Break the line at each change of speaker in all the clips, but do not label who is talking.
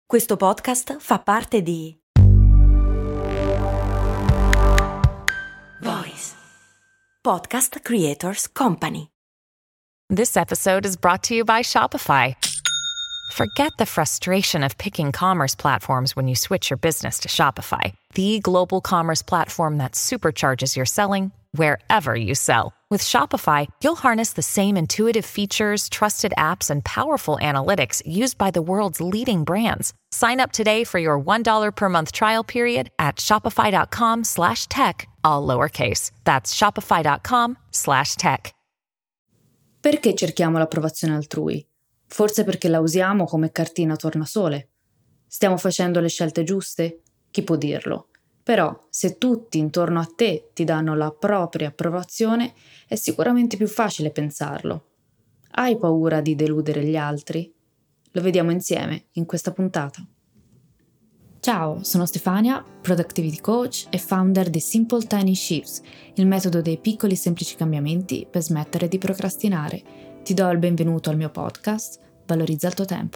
Questo podcast fa parte di Voice Podcast Creators Company.
This episode is brought to you by Shopify. Forget the frustration of picking commerce platforms when you switch your business to Shopify, the global commerce platform that supercharges your selling wherever you sell. With Shopify, you'll harness the same intuitive features, trusted apps, and powerful analytics used by the world's leading brands. Sign up today for your $1 per month trial period at shopify.com/tech, all lowercase. That's shopify.com/tech.
Perché cerchiamo l'approvazione altrui? Forse perché la usiamo come cartina tornasole. Stiamo facendo le scelte giuste? Chi può dirlo? Però, se tutti intorno a te ti danno la propria approvazione, è sicuramente più facile pensarlo. Hai paura di deludere gli altri? Lo vediamo insieme in questa puntata. Ciao, sono Stefania, Productivity Coach e founder di Simple Tiny Shifts, il metodo dei piccoli semplici cambiamenti per smettere di procrastinare. Ti do il benvenuto al mio podcast, Valorizza il tuo tempo.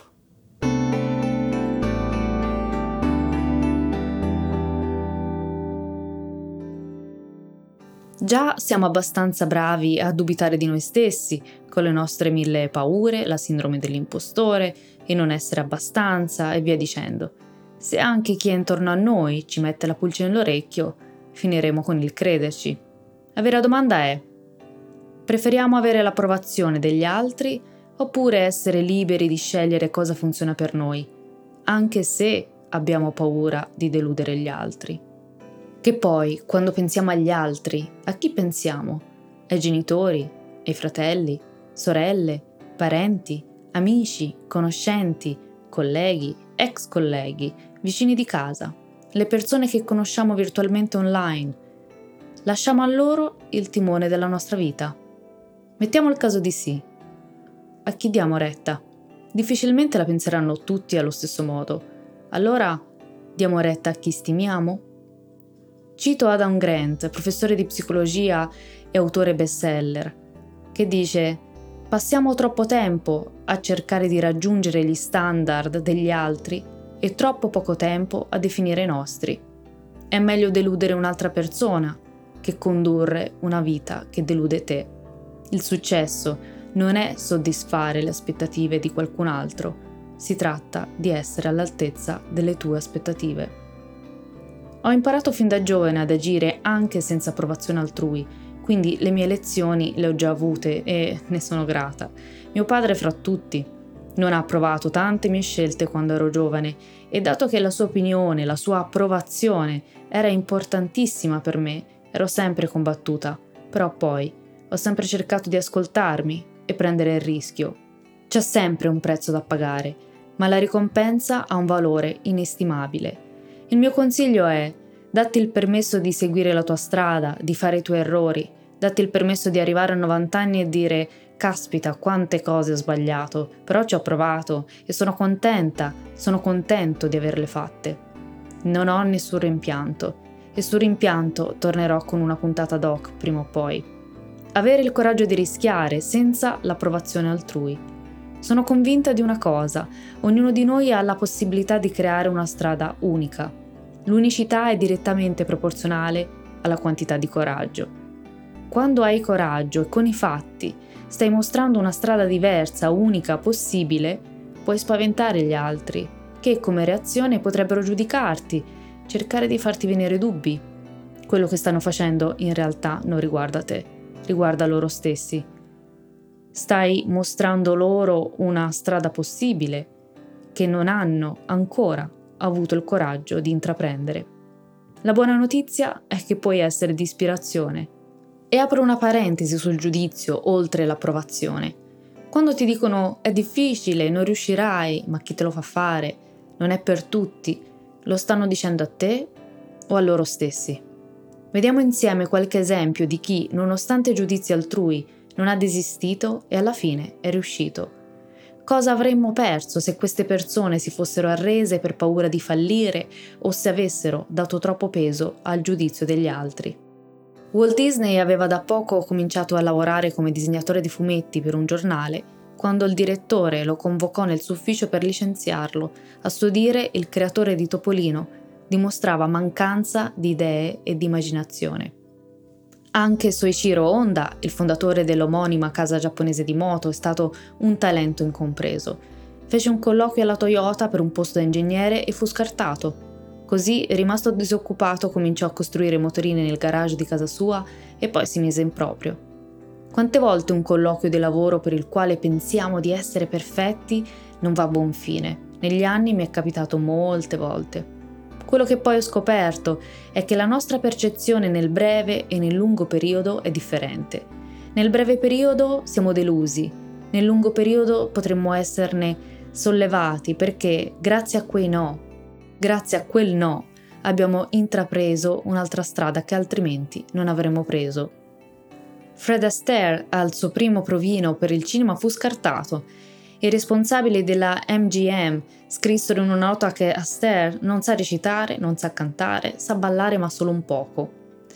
Già siamo abbastanza bravi a dubitare di noi stessi, con le nostre 1000 paure, la sindrome dell'impostore, il non essere abbastanza e via dicendo. Se anche chi è intorno a noi ci mette la pulce nell'orecchio, finiremo con il crederci. La vera domanda è: preferiamo avere l'approvazione degli altri oppure essere liberi di scegliere cosa funziona per noi, anche se abbiamo paura di deludere gli altri? Che poi, quando pensiamo agli altri, a chi pensiamo? Ai genitori, ai fratelli, sorelle, parenti, amici, conoscenti, colleghi, ex colleghi, vicini di casa, le persone che conosciamo virtualmente online. Lasciamo a loro il timone della nostra vita? Mettiamo il caso di sì. A chi diamo retta? Difficilmente la penseranno tutti allo stesso modo. Allora, diamo retta a chi stimiamo? Cito Adam Grant, professore di psicologia e autore bestseller, che dice: passiamo troppo tempo a cercare di raggiungere gli standard degli altri e troppo poco tempo a definire i nostri. È meglio deludere un'altra persona che condurre una vita che delude te. Il successo non è soddisfare le aspettative di qualcun altro, si tratta di essere all'altezza delle tue aspettative. Ho imparato fin da giovane ad agire anche senza approvazione altrui, quindi le mie lezioni le ho già avute e ne sono grata. Mio padre fra tutti non ha approvato tante mie scelte quando ero giovane e dato che la sua opinione, la sua approvazione era importantissima per me, ero sempre combattuta, però poi ho sempre cercato di ascoltarmi e prendere il rischio. C'è sempre un prezzo da pagare, ma la ricompensa ha un valore inestimabile. Il mio consiglio è: datti il permesso di seguire la tua strada, di fare i tuoi errori, datti il permesso di arrivare a 90 anni e dire: caspita, quante cose ho sbagliato, però ci ho provato e sono contento di averle fatte. Non ho nessun rimpianto e sul rimpianto tornerò con una puntata doc prima o poi. Avere il coraggio di rischiare senza l'approvazione altrui. Sono convinta di una cosa: ognuno di noi ha la possibilità di creare una strada unica. L'unicità è direttamente proporzionale alla quantità di coraggio. Quando hai coraggio e con i fatti stai mostrando una strada diversa, unica, possibile, puoi spaventare gli altri, che come reazione potrebbero giudicarti, cercare di farti venire dubbi. Quello che stanno facendo in realtà non riguarda te, riguarda loro stessi. Stai mostrando loro una strada possibile che non hanno ancora avuto il coraggio di intraprendere. La buona notizia è che puoi essere di ispirazione. E apro una parentesi sul giudizio oltre l'approvazione. Quando ti dicono è difficile, non riuscirai, ma chi te lo fa fare, non è per tutti, lo stanno dicendo a te o a loro stessi? Vediamo insieme qualche esempio di chi, nonostante giudizi altrui, non ha desistito e alla fine è riuscito. Cosa avremmo perso se queste persone si fossero arrese per paura di fallire o se avessero dato troppo peso al giudizio degli altri? Walt Disney aveva da poco cominciato a lavorare come disegnatore di fumetti per un giornale quando il direttore lo convocò nel suo ufficio per licenziarlo. A suo dire, il creatore di Topolino dimostrava mancanza di idee e di immaginazione. Anche Soichiro Honda, il fondatore dell'omonima casa giapponese di moto, è stato un talento incompreso. Fece un colloquio alla Toyota per un posto da ingegnere e fu scartato. Così, rimasto disoccupato, cominciò a costruire motorini nel garage di casa sua e poi si mise in proprio. Quante volte un colloquio di lavoro per il quale pensiamo di essere perfetti non va a buon fine? Negli anni mi è capitato molte volte. Quello che poi ho scoperto è che la nostra percezione nel breve e nel lungo periodo è differente. Nel breve periodo siamo delusi, nel lungo periodo potremmo esserne sollevati perché grazie a quei no, grazie a quel no, abbiamo intrapreso un'altra strada che altrimenti non avremmo preso. Fred Astaire al suo primo provino per il cinema fu scartato. I responsabili della MGM scrissero in una nota che Astaire non sa recitare, non sa cantare, sa ballare ma solo un poco.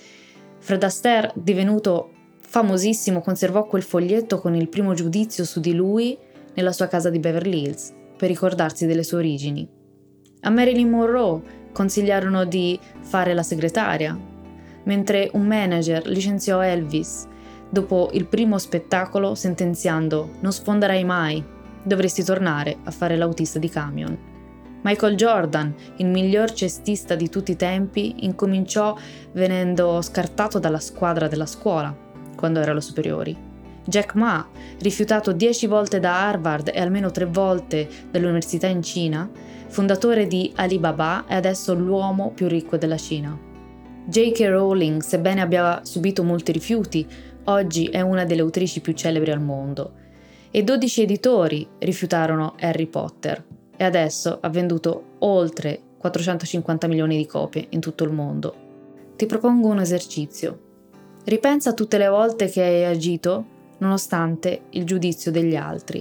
Fred Astaire, divenuto famosissimo, conservò quel foglietto con il primo giudizio su di lui nella sua casa di Beverly Hills per ricordarsi delle sue origini. A Marilyn Monroe consigliarono di fare la segretaria, mentre un manager licenziò Elvis dopo il primo spettacolo sentenziando «Non sfonderai mai, dovresti tornare a fare l'autista di camion». Michael Jordan, il miglior cestista di tutti i tempi, incominciò venendo scartato dalla squadra della scuola quando era alle superiori. Jack Ma, rifiutato 10 volte da Harvard e almeno 3 volte dall'università in Cina, fondatore di Alibaba, è adesso l'uomo più ricco della Cina. J.K. Rowling, sebbene abbia subito molti rifiuti, oggi è una delle autrici più celebri al mondo. E 12 editori rifiutarono Harry Potter e adesso ha venduto oltre 450 milioni di copie in tutto il mondo. Ti propongo un esercizio. Ripensa a tutte le volte che hai agito nonostante il giudizio degli altri.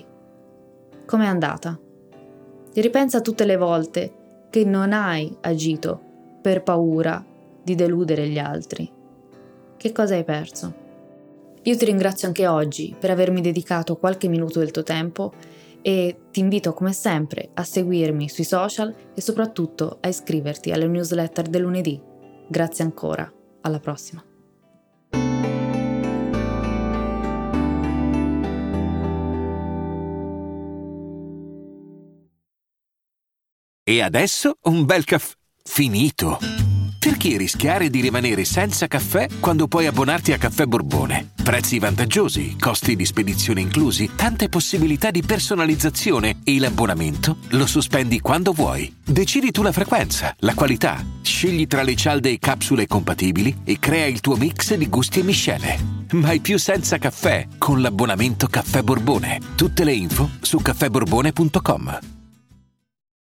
Com'è andata? Ripensa a tutte le volte che non hai agito per paura di deludere gli altri. Che cosa hai perso? Io ti ringrazio anche oggi per avermi dedicato qualche minuto del tuo tempo e ti invito come sempre a seguirmi sui social e soprattutto a iscriverti alle newsletter del lunedì. Grazie ancora, alla prossima.
E adesso un bel caffè finito. Perché rischiare di rimanere senza caffè quando puoi abbonarti a Caffè Borbone? Prezzi vantaggiosi, costi di spedizione inclusi, tante possibilità di personalizzazione e l'abbonamento lo sospendi quando vuoi. Decidi tu la frequenza, la qualità, scegli tra le cialde e capsule compatibili e crea il tuo mix di gusti e miscele. Mai più senza caffè con l'abbonamento Caffè Borbone. Tutte le info su caffèborbone.com.